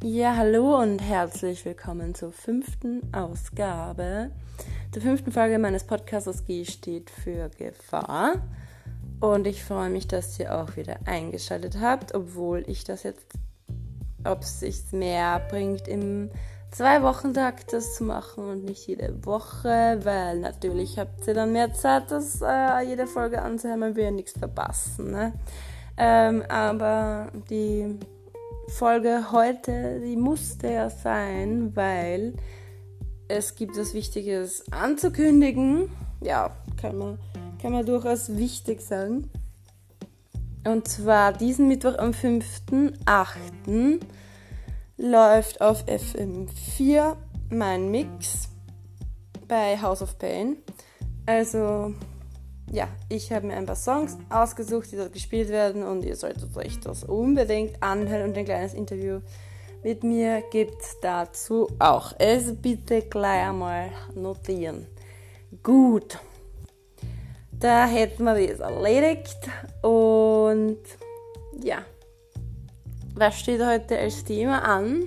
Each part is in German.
Ja, hallo und herzlich willkommen zur 5. Ausgabe, der 5. Folge meines Podcasts. G steht für Gefahr. Und ich freue mich, dass ihr auch wieder eingeschaltet habt, obwohl ich das jetzt, ob es sich mehr bringt, im 2-Wochen-Takt das zu machen und nicht jede Woche, weil natürlich habt ihr dann mehr Zeit, das jede Folge anzuhören, man will ja nichts verpassen, ne? Aber die Folge heute, die musste ja sein, weil es gibt etwas Wichtiges anzukündigen. Ja, kann man durchaus wichtig sagen. Und zwar diesen Mittwoch am 5.8. läuft auf FM4 mein Mix bei House of Pain. Also ja, ich habe mir ein paar Songs ausgesucht, die dort gespielt werden, und ihr solltet euch das unbedingt anhören, und ein kleines Interview mit mir gibt es dazu auch. Also bitte gleich einmal notieren. Gut, da hätten wir das erledigt, und ja, was steht heute als Thema an?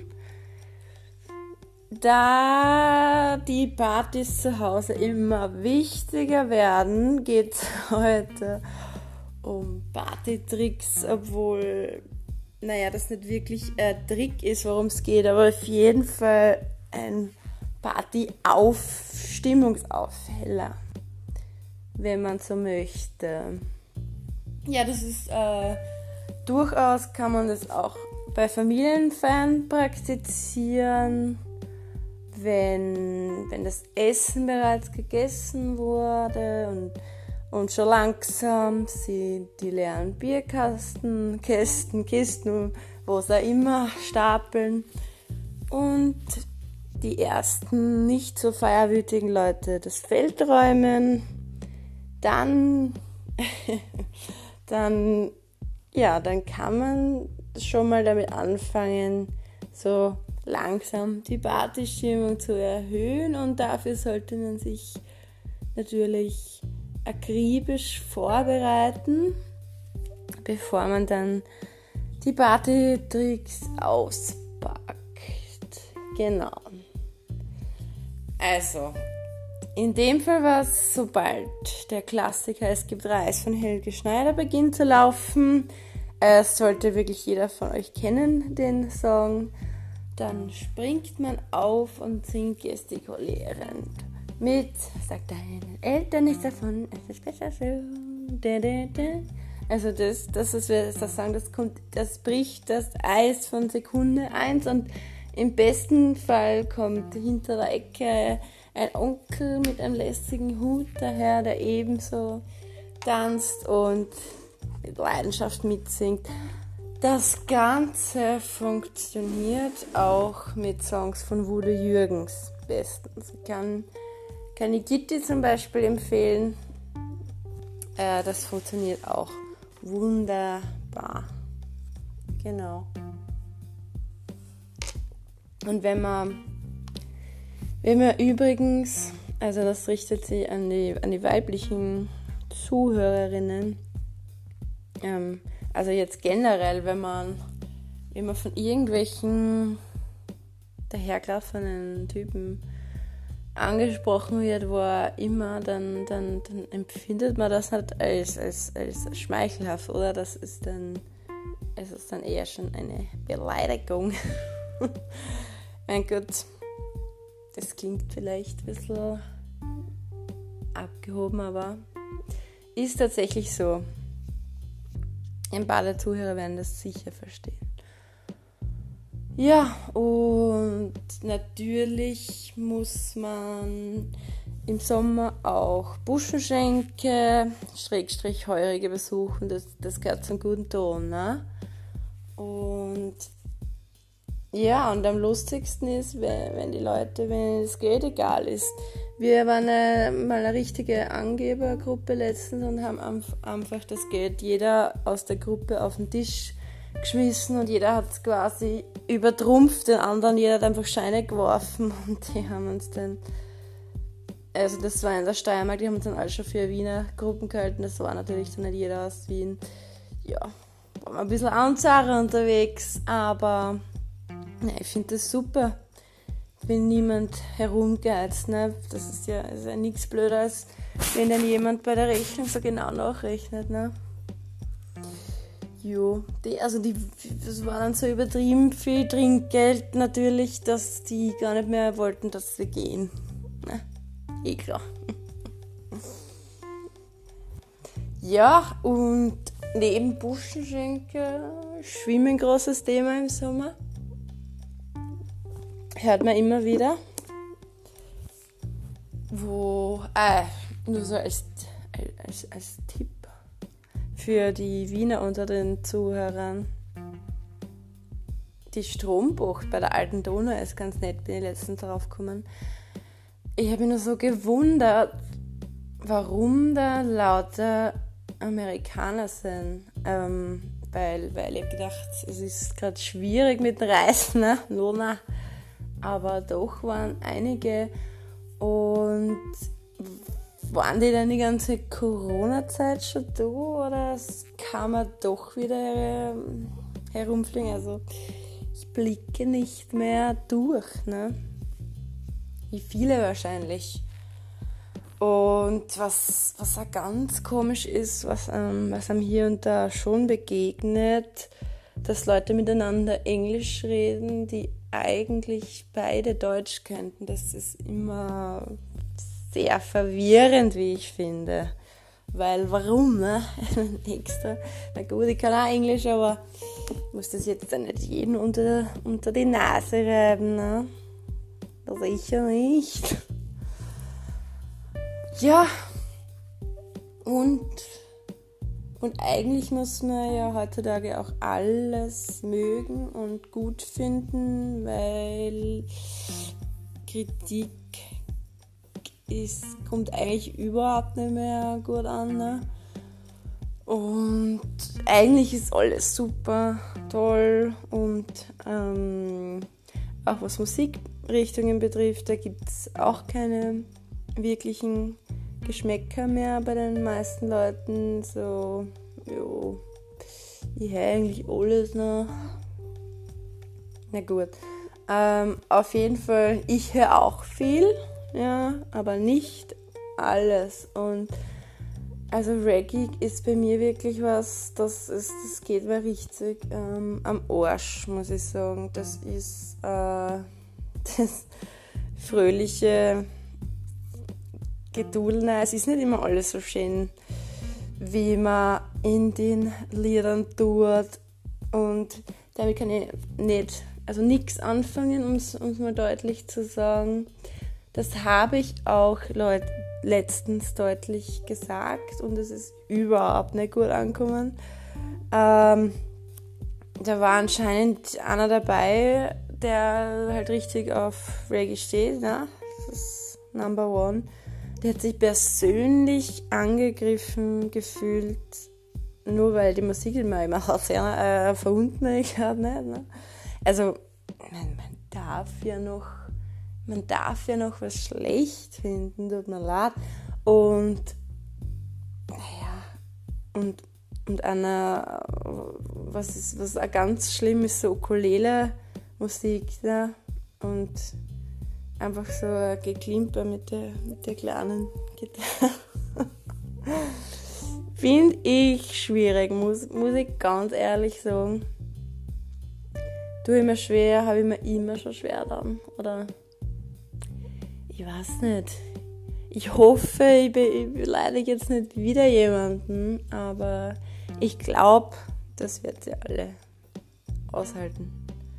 Da die Partys zu Hause immer wichtiger werden, geht es heute um Partytricks, obwohl, das nicht wirklich ein Trick ist, worum es geht, aber auf jeden Fall ein Stimmungsaufheller, wenn man so möchte. Ja, das ist durchaus, kann man das auch bei Familienfeiern praktizieren, wenn das Essen bereits gegessen wurde und schon langsam sie die leeren Bierkasten, Kisten, was auch immer, stapeln und die ersten nicht so feierwütigen Leute das Feld räumen, dann kann man schon mal damit anfangen, so langsam die Partystimmung zu erhöhen, und dafür sollte man sich natürlich akribisch vorbereiten, bevor man dann die Partytricks auspackt. Genau. Also, in dem Fall war es, sobald der Klassiker "Es gibt Reis" von Helge Schneider beginnt zu laufen, es sollte wirklich jeder von euch kennen, den Song, dann springt man auf und singt gestikulierend mit "Sag deinen Eltern nichts davon, es ist besser so". Also das ist das Song, das bricht das Eis von Sekunde 1, und im besten Fall kommt hinter der Ecke ein Onkel mit einem lässigen Hut daher, der ebenso tanzt und mit Leidenschaft mitsingt. Das Ganze funktioniert auch mit Songs von Udo Jürgens bestens. Ich kann Gitti zum Beispiel empfehlen. Das funktioniert auch wunderbar. Genau. Und wenn man übrigens, also das richtet sich an die weiblichen Zuhörerinnen, also jetzt generell, wenn man von irgendwelchen dahergelaufenen Typen angesprochen wird, wo er immer, dann empfindet man das halt als schmeichelhaft, oder? Es ist dann eher schon eine Beleidigung. Mein Gott, das klingt vielleicht ein bisschen abgehoben, aber ist tatsächlich so. Ein paar der Zuhörer werden das sicher verstehen. Ja, und natürlich muss man im Sommer auch Buschenschenke, Heurige besuchen. Das gehört zum guten Ton, ne? Und ja, und am lustigsten ist, wenn das Geld egal ist. Wir waren mal eine richtige Angebergruppe letztens und haben einfach das Geld jeder aus der Gruppe auf den Tisch geschmissen, und jeder hat es quasi übertrumpft den anderen, jeder hat einfach Scheine geworfen, und die haben uns dann, also das war in der Steiermark, die haben uns dann alle schon für Wiener Gruppen gehalten, das war natürlich dann nicht jeder aus Wien. Ja, waren wir ein bisschen Anzahre unterwegs, aber Ja, ich finde das super, wenn niemand herumgeizt. Ne? Das ist ja nichts blöder, als wenn dann jemand bei der Rechnung so genau nachrechnet. Ne? Jo, das war dann so übertrieben viel Trinkgeld natürlich, dass die gar nicht mehr wollten, dass wir gehen. Ne? Eh klar. Ja, und neben Buschenschenkel, Schwimmen, großes Thema im Sommer. Hört man immer wieder. Nur so als Tipp für die Wiener unter den Zuhörern. Die Strombucht bei der Alten Donau ist ganz nett, bin ich letztens drauf gekommen. Ich habe mich nur so gewundert, warum da lauter Amerikaner sind. Weil ich habe gedacht, es ist gerade schwierig mit dem Reisen, ne? Lona. Aber doch waren einige. Und waren die dann die ganze Corona-Zeit schon da oder kann man doch wieder herumfliegen? Also ich blicke nicht mehr durch, ne? Wie viele wahrscheinlich. Und was auch ganz komisch ist, was einem hier und da schon begegnet, dass Leute miteinander Englisch reden, die eigentlich beide Deutsch könnten. Das ist immer sehr verwirrend, wie ich finde. Weil warum, ne? Extra. Na gut, ich kann auch Englisch, aber ich muss das jetzt nicht jedem unter die Nase reiben, ne? Das sicher nicht. Ja, und eigentlich muss man ja heutzutage auch alles mögen und gut finden, weil Kritik kommt eigentlich überhaupt nicht mehr gut an. Ne? Und eigentlich ist alles super toll und auch was Musikrichtungen betrifft, da gibt es auch keine wirklichen Geschmäcker mehr bei den meisten Leuten. So, jo, ich höre eigentlich alles noch. Na gut. Auf jeden Fall, ich höre auch viel, ja, aber nicht alles. Und also Reggae ist bei mir wirklich was, das geht mir richtig am Arsch, muss ich sagen. Das ist das fröhliche Gedudel. Nein, es ist nicht immer alles so schön, wie man in den Liedern tut. Und damit kann ich nichts anfangen, um es mal deutlich zu sagen. Das habe ich auch letztens deutlich gesagt und es ist überhaupt nicht gut angekommen. Da war anscheinend einer dabei, der halt richtig auf Reggae steht, ne? Das ist Number One. Der hat sich persönlich angegriffen gefühlt, nur weil die Musik immer sehr verwundert hat. Ne? Also, man darf ja noch was schlecht finden, tut mir leid. Und, einer, was auch ganz schlimm ist, so Ukulele-Musik, ne? Und einfach so ein Geklimper mit der kleinen Gitarre. Finde ich schwierig, muss ich ganz ehrlich sagen. Tue ich mir schwer, habe ich mir immer schon schwer dann. Oder ich weiß nicht. Ich hoffe, ich beleidige jetzt nicht wieder jemanden, aber ich glaube, das wird sie alle aushalten.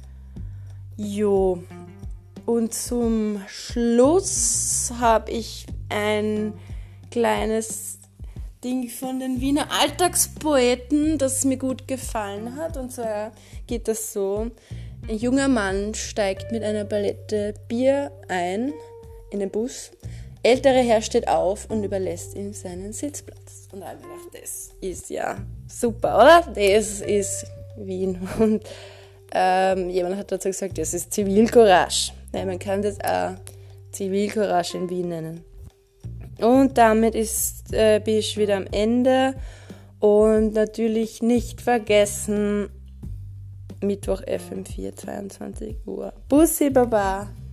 Jo. Und zum Schluss habe ich ein kleines Ding von den Wiener Alltagspoeten, das mir gut gefallen hat. Und zwar geht das so: Ein junger Mann steigt mit einer Palette Bier ein in den Bus. Älterer Herr steht auf und überlässt ihm seinen Sitzplatz. Und da habe ich gedacht, das ist ja super, oder? Das ist Wien. Und jemand hat dazu gesagt, das ist Zivilcourage. Ja, man kann das auch Zivilcourage in Wien nennen. Und damit bin ich wieder am Ende. Und natürlich nicht vergessen, Mittwoch FM4, 22 Uhr. Bussi, Baba!